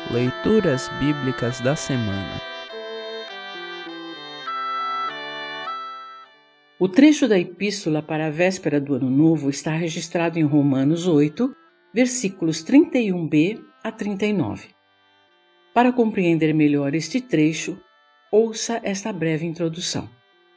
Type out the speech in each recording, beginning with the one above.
Leituras Bíblicas da Semana. O trecho da epístola para a véspera do Ano Novo está registrado em Romanos 8, versículos 31b a 39. Para compreender melhor este trecho, ouça esta breve introdução.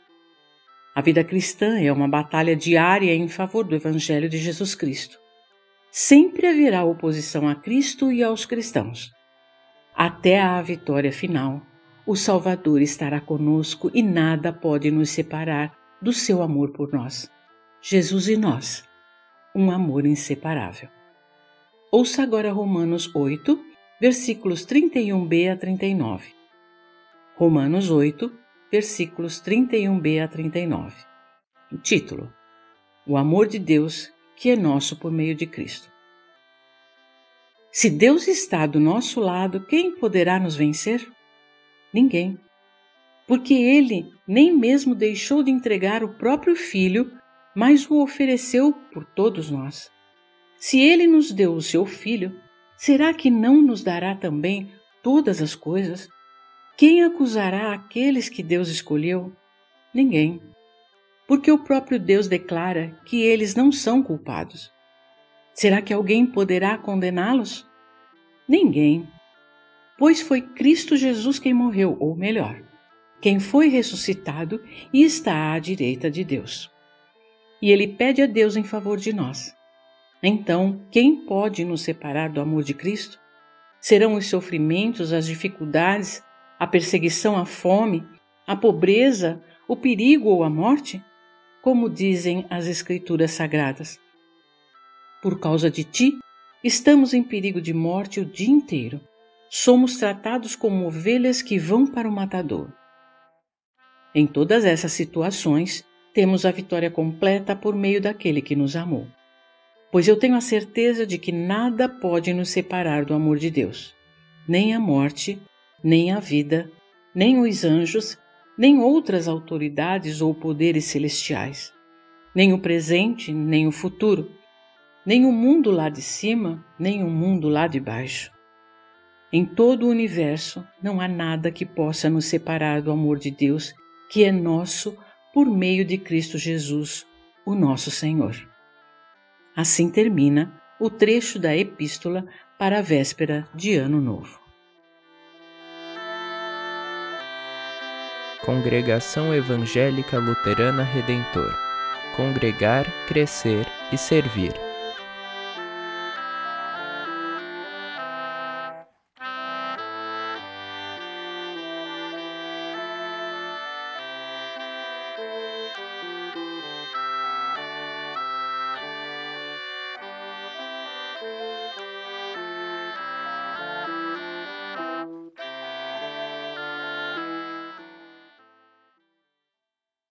A vida cristã é uma batalha diária em favor do Evangelho de Jesus Cristo. Sempre haverá oposição a Cristo e aos cristãos. Até à vitória final, o Salvador estará conosco e nada pode nos separar do seu amor por nós. Jesus e nós, um amor inseparável. Ouça agora Romanos 8, versículos 31b a 39. Romanos 8, versículos 31b a 39. O título: O amor de Deus que é nosso por meio de Cristo. Se Deus está do nosso lado, quem poderá nos vencer? Ninguém. Porque Ele nem mesmo deixou de entregar o próprio Filho, mas o ofereceu por todos nós. Se Ele nos deu o seu Filho, será que não nos dará também todas as coisas? Quem acusará aqueles que Deus escolheu? Ninguém. Porque o próprio Deus declara que eles não são culpados. Será que alguém poderá condená-los? Ninguém. Pois foi Cristo Jesus quem morreu, ou melhor, quem foi ressuscitado e está à direita de Deus. E Ele pede a Deus em favor de nós. Então, quem pode nos separar do amor de Cristo? Serão os sofrimentos, as dificuldades, a perseguição, a fome, a pobreza, o perigo ou a morte? Como dizem as Escrituras Sagradas. Por causa de ti, estamos em perigo de morte o dia inteiro. Somos tratados como ovelhas que vão para o matador. Em todas essas situações, temos a vitória completa por meio daquele que nos amou. Pois eu tenho a certeza de que nada pode nos separar do amor de Deus. Nem a morte, nem a vida, nem os anjos, nem outras autoridades ou poderes celestiais. Nem o presente, nem o futuro. Nem o mundo lá de cima, nem o mundo lá de baixo. Em todo o universo não há nada que possa nos separar do amor de Deus, que é nosso por meio de Cristo Jesus, o nosso Senhor. Assim termina o trecho da epístola para a véspera de Ano Novo. Congregação Evangélica Luterana Redentor. Congregar, crescer e servir.